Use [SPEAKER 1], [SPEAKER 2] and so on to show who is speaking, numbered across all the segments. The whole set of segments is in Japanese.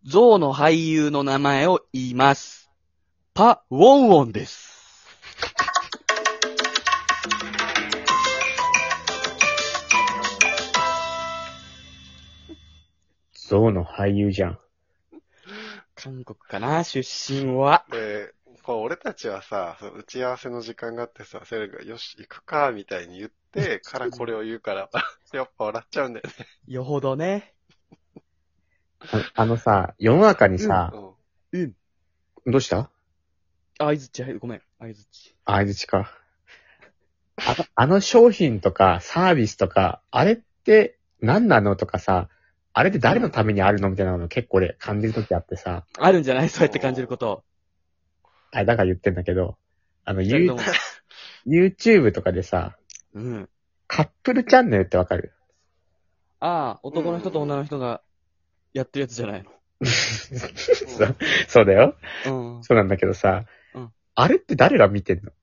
[SPEAKER 1] ゾウの俳優の名前を言います。パ・ウォンウォンです。
[SPEAKER 2] ゾウの俳優じゃん。
[SPEAKER 1] 韓国かな、出身は。
[SPEAKER 3] こう俺たちはさ、打ち合わせの時間があってさ、セルがよし、行くか、みたいに言ってからこれを言うから、やっぱ笑っちゃうんだよね。
[SPEAKER 1] よほどね。
[SPEAKER 2] あのさ、世の中にさ、
[SPEAKER 3] うん。
[SPEAKER 2] どうした
[SPEAKER 1] 相づち、ごめん、相づち。
[SPEAKER 2] 相づちか。あの商品とかサービスとか、あれって何なのとかさ、あれって誰のためにあるのみたいなの結構俺感じるときあってさ、
[SPEAKER 1] あるんじゃないそうやって感じること。
[SPEAKER 2] あれだから言ってんだけど、
[SPEAKER 1] 二人とも
[SPEAKER 2] YouTube とかでさ、
[SPEAKER 1] うん。
[SPEAKER 2] カップルチャンネルってわかる？
[SPEAKER 1] ああ、男の人と女の人がやってるやつじゃないの。
[SPEAKER 2] そうだよ。
[SPEAKER 1] うん。
[SPEAKER 2] そうなんだけどさ、
[SPEAKER 1] うん
[SPEAKER 2] あれって誰が見てんの？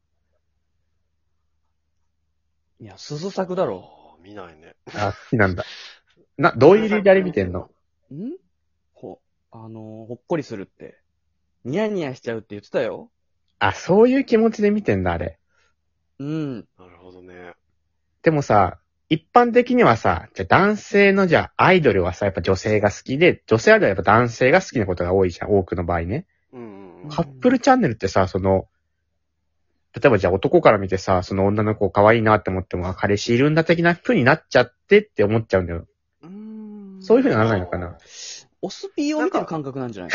[SPEAKER 1] いや、すす作だろ。
[SPEAKER 3] 見ないね。
[SPEAKER 2] あ、好きなんだ。どういう理由であれ見てんの？
[SPEAKER 1] ほっこりするって。ニヤニヤしちゃうって言ってたよ。
[SPEAKER 2] あ、そういう気持ちで見てんだ、あれ。
[SPEAKER 1] うん。
[SPEAKER 3] なるほどね。
[SPEAKER 2] でもさ、一般的にはさ、じゃあ男性のじゃあアイドルはさ、やっぱ女性が好きで、女性アイドルはやっぱ男性が好きなことが多いじゃん、多くの場合ね。
[SPEAKER 3] うん。
[SPEAKER 2] カップルチャンネルってさ、例えばじゃあ男から見てさ、その女の子可愛いなって思っても、彼氏いるんだ的な風になっちゃってって思っちゃうんだよ。そういう風にならないのかな？
[SPEAKER 1] オスピーを見てる感覚なんじゃない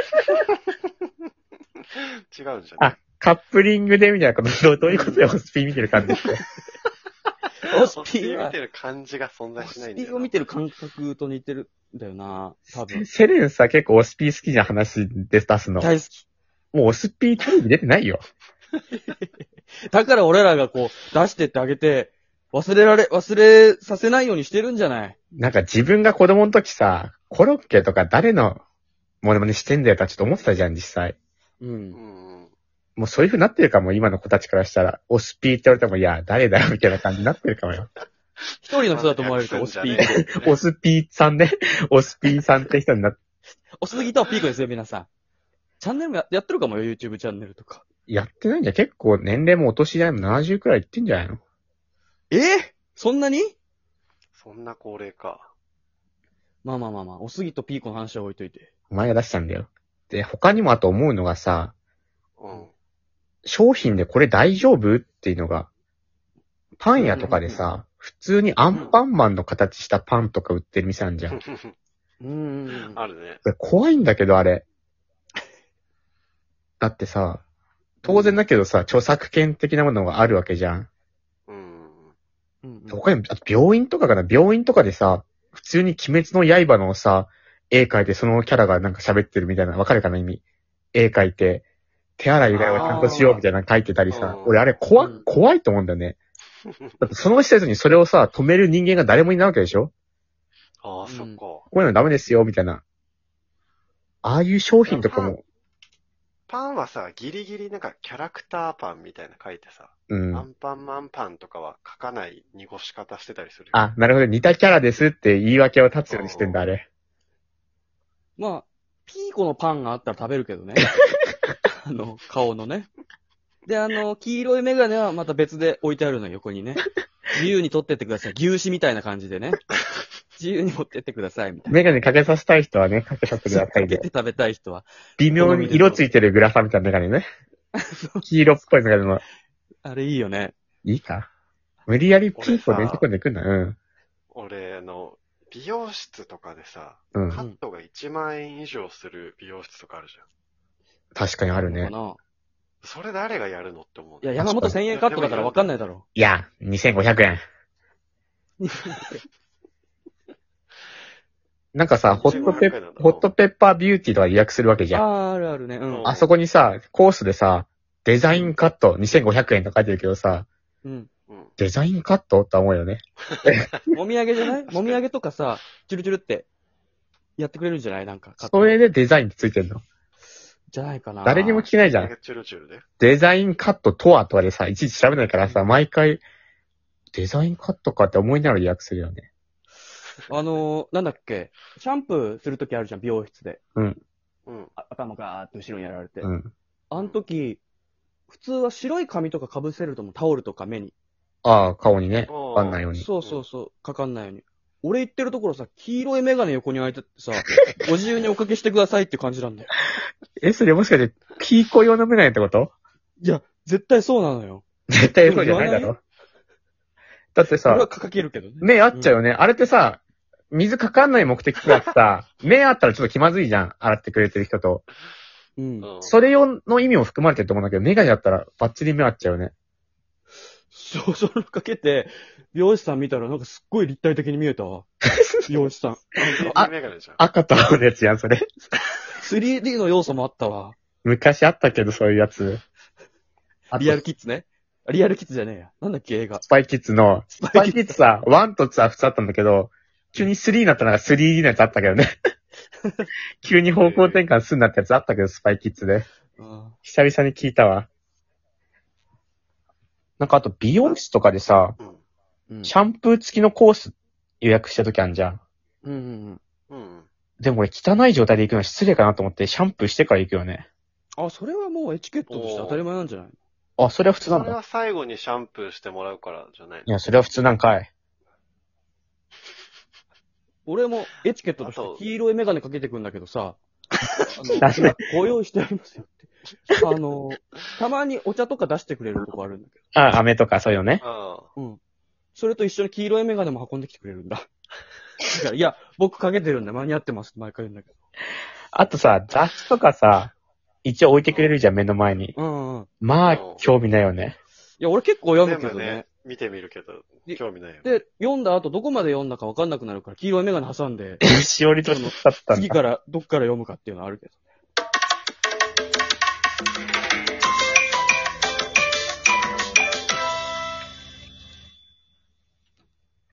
[SPEAKER 3] 違うんじゃない？
[SPEAKER 2] カップリングでみたいなこと、どういうことでオスピー見てる感じって。
[SPEAKER 1] オスピーは
[SPEAKER 3] 見てる感じが存在しないんだよな。
[SPEAKER 1] オスピーを見てる感覚と似てるんだよな、多分。
[SPEAKER 2] セレンさ、結構オスピー好きじゃん、話で出すの。
[SPEAKER 1] 大好き。
[SPEAKER 2] もうオスピーテレビ出てないよ。
[SPEAKER 1] だから俺らがこう、出してってあげて、忘れさせないようにしてるんじゃない？
[SPEAKER 2] なんか自分が子供の時さ、コロッケとか誰のモノマネしてんだよとはちょっと思ってたじゃん、実際。もうそういう風になってるかも、今の子たちからしたら。オスピーって言われても、いや、誰だよ、みたいな感じになってるかもよ。
[SPEAKER 1] 一人の人だと思われるから、オスピーって。
[SPEAKER 2] オスピーさんね。オスピーさんって人になって。
[SPEAKER 1] オスギとピーコですよ、皆さん。チャンネルもやってるかもよ、YouTube チャンネルとか。
[SPEAKER 2] やってないんじゃん。結構年齢もお年代も70くらいいってんじゃないの？
[SPEAKER 1] そんなに？
[SPEAKER 3] そんな高齢か。
[SPEAKER 1] まあ、おすぎとピーコの話は置いといて。
[SPEAKER 2] お前が出したんだよ。で、他にもあと思うのがさ、商品でこれ大丈夫っていうのが、パン屋とかでさ、普通にアンパンマンの形したパンとか売ってる店あるじゃん。
[SPEAKER 3] あるね。
[SPEAKER 2] 怖いんだけど、あれ。だってさ、当然だけどさ、著作権的なものがあるわけじゃん。他にも、あと病院とかかな？病院とかでさ、普通に鬼滅の刃のさ、絵描いてそのキャラがなんか喋ってるみたいな、わかるかな意味。絵描いて、手洗いうがいはちゃんとしようみたいなの書いてたりさ、俺あれ怖いと思うんだよね。だってその施設にそれをさ、止める人間が誰もいないわけでしょ？
[SPEAKER 3] ああ、そっか。
[SPEAKER 2] こういうのダメですよ、みたいな。ああいう商品とかも。
[SPEAKER 3] パンはさ、ギリギリなんかキャラクターパンみたいな書いてさ、アンパンマンパンとかは書かない濁し方してたりするよ。
[SPEAKER 2] あ、なるほど。似たキャラですって言い訳を立つようにしてんだ、あれ。
[SPEAKER 1] まあ、ピーコのパンがあったら食べるけどね。顔のね。で、黄色いメガネはまた別で置いてあるの、横にね。自由に取ってってください。牛脂みたいな感じでね。自由に持ってってください、みたいな。
[SPEAKER 2] メガネかけさせたい人はね、かけさせてくださいで。
[SPEAKER 1] かけて食べたい人は。
[SPEAKER 2] 微妙に色ついてるグラサンみたいなメガネね。黄色っぽいメガネの。
[SPEAKER 1] あれいいよね。
[SPEAKER 2] いいか？無理やりピーコねじ込んでくんな。
[SPEAKER 3] 俺、美容室とかでさ、カットが1万円以上する美容室とかあるじゃん。
[SPEAKER 2] 確かにあるね。
[SPEAKER 3] それ誰がやるのって思う。
[SPEAKER 1] いや、山本1000円カットだから分かんないだろ。
[SPEAKER 2] いや、2500円。なんかさ、ホットペッパービューティーとか予約するわけじゃん。
[SPEAKER 1] あるあるね。
[SPEAKER 2] あそこにさ、コースでさ、デザインカット2500円とか書いてるけどさ、デザインカットって思うよね。
[SPEAKER 1] もみあげじゃない？もみあげとかさ、チュルチュルってやってくれるんじゃない？なんかカット。
[SPEAKER 2] それでデザインってついてんの？
[SPEAKER 1] じゃないかな。
[SPEAKER 2] 誰にも聞けないじゃん。デザインカットとはとはでさ、いちいち調べないからさ、毎回、デザインカットかって思いながら予約するよね。
[SPEAKER 1] なんだっけ、シャンプーするときあるじゃん、美容室で。
[SPEAKER 3] うん。
[SPEAKER 1] 頭ガーって後ろにやられて。
[SPEAKER 2] うん。
[SPEAKER 1] あの時、普通は白い紙とか被せると思う、タオルとか目に。
[SPEAKER 2] ああ、顔にね、
[SPEAKER 3] あー
[SPEAKER 2] わかんないように。
[SPEAKER 1] そうそうそう、かかんないように。俺言ってるところさ、黄色いメガネ横に開いててさ、ご自由におかけしてくださいって感じなんだよ。
[SPEAKER 2] それもしかして、ピーコ用のメガネってこと？
[SPEAKER 1] いや、絶対そうなのよ。
[SPEAKER 2] 絶対そうじゃないだろ。だってさ、
[SPEAKER 1] 俺はかけるけどね。
[SPEAKER 2] 目合っちゃうよね。あれってさ、水かかんない目的だってさ、目あったらちょっと気まずいじゃん。洗ってくれてる人と。
[SPEAKER 1] うん。
[SPEAKER 3] うん。
[SPEAKER 2] それ用の意味も含まれてると思うんだけど、メガネだったらバッチリ目合っちゃうよね。
[SPEAKER 1] そう、それかけて、美容師さん見たらなんかすっごい立体的に見えたわ。美容師さん。
[SPEAKER 3] 3D メガネじゃん。
[SPEAKER 2] 赤と青のやつやん、それ。
[SPEAKER 1] 3D の要素もあったわ。
[SPEAKER 2] 昔あったけど、そういうやつ。あと
[SPEAKER 1] リアルキッズね。リアルキッズじゃねえや。なんだっけ、映画。
[SPEAKER 2] スパイキッズの、
[SPEAKER 1] ス
[SPEAKER 2] スパイキッズさ、1と2は普通あったんだけど、急に3になったのが 3D のやつあったけどね。急に方向転換すんなってやつあったけど、スパイキッズで。
[SPEAKER 1] うん
[SPEAKER 2] 久々に聞いたわ。なんかあと美容室とかでさ、
[SPEAKER 3] うん。
[SPEAKER 1] うん。
[SPEAKER 2] シャンプー付きのコース予約した時あるじゃん。
[SPEAKER 1] うんうん
[SPEAKER 3] うん。
[SPEAKER 2] でも俺汚い状態で行くの失礼かなと思ってシャンプーしてから行くよね。
[SPEAKER 1] うん。あ、それはもうエチケットとして当たり前なんじゃない
[SPEAKER 2] あ、それは普通なんだ。
[SPEAKER 3] それは最後にシャンプーしてもらうからじゃない
[SPEAKER 2] いや、それは普通なんかい。
[SPEAKER 1] 俺もエチケットとして
[SPEAKER 3] あと
[SPEAKER 1] 黄色いメガネかけてくんだけどさ、
[SPEAKER 2] なんで
[SPEAKER 1] ご用意してありますよって。たまにお茶とか出してくれるとこあるんだけ
[SPEAKER 2] あ、飴とかそういうのね。
[SPEAKER 3] あ
[SPEAKER 1] ど。うん。それと一緒に黄色いメガネも運んできてくれるんだ。だから、いや、僕かけてるんで間に合ってますって毎回言うんだけど。
[SPEAKER 2] あとさ、雑誌とかさ、一応置いてくれるじゃん、目の前に。
[SPEAKER 1] うんうん。
[SPEAKER 2] まあ、興味ないよね。
[SPEAKER 1] いや、俺結構
[SPEAKER 3] あ。
[SPEAKER 1] 読むけどね
[SPEAKER 3] 全部ね。、見てみるけど、興味ないよ。
[SPEAKER 1] で、読んだ後どこまで読んだか分かんなくなるから、黄色いメガネ挟んで、
[SPEAKER 2] しおりとしてだったんだ。
[SPEAKER 1] 次からどっから読むかっていうのはあるけど。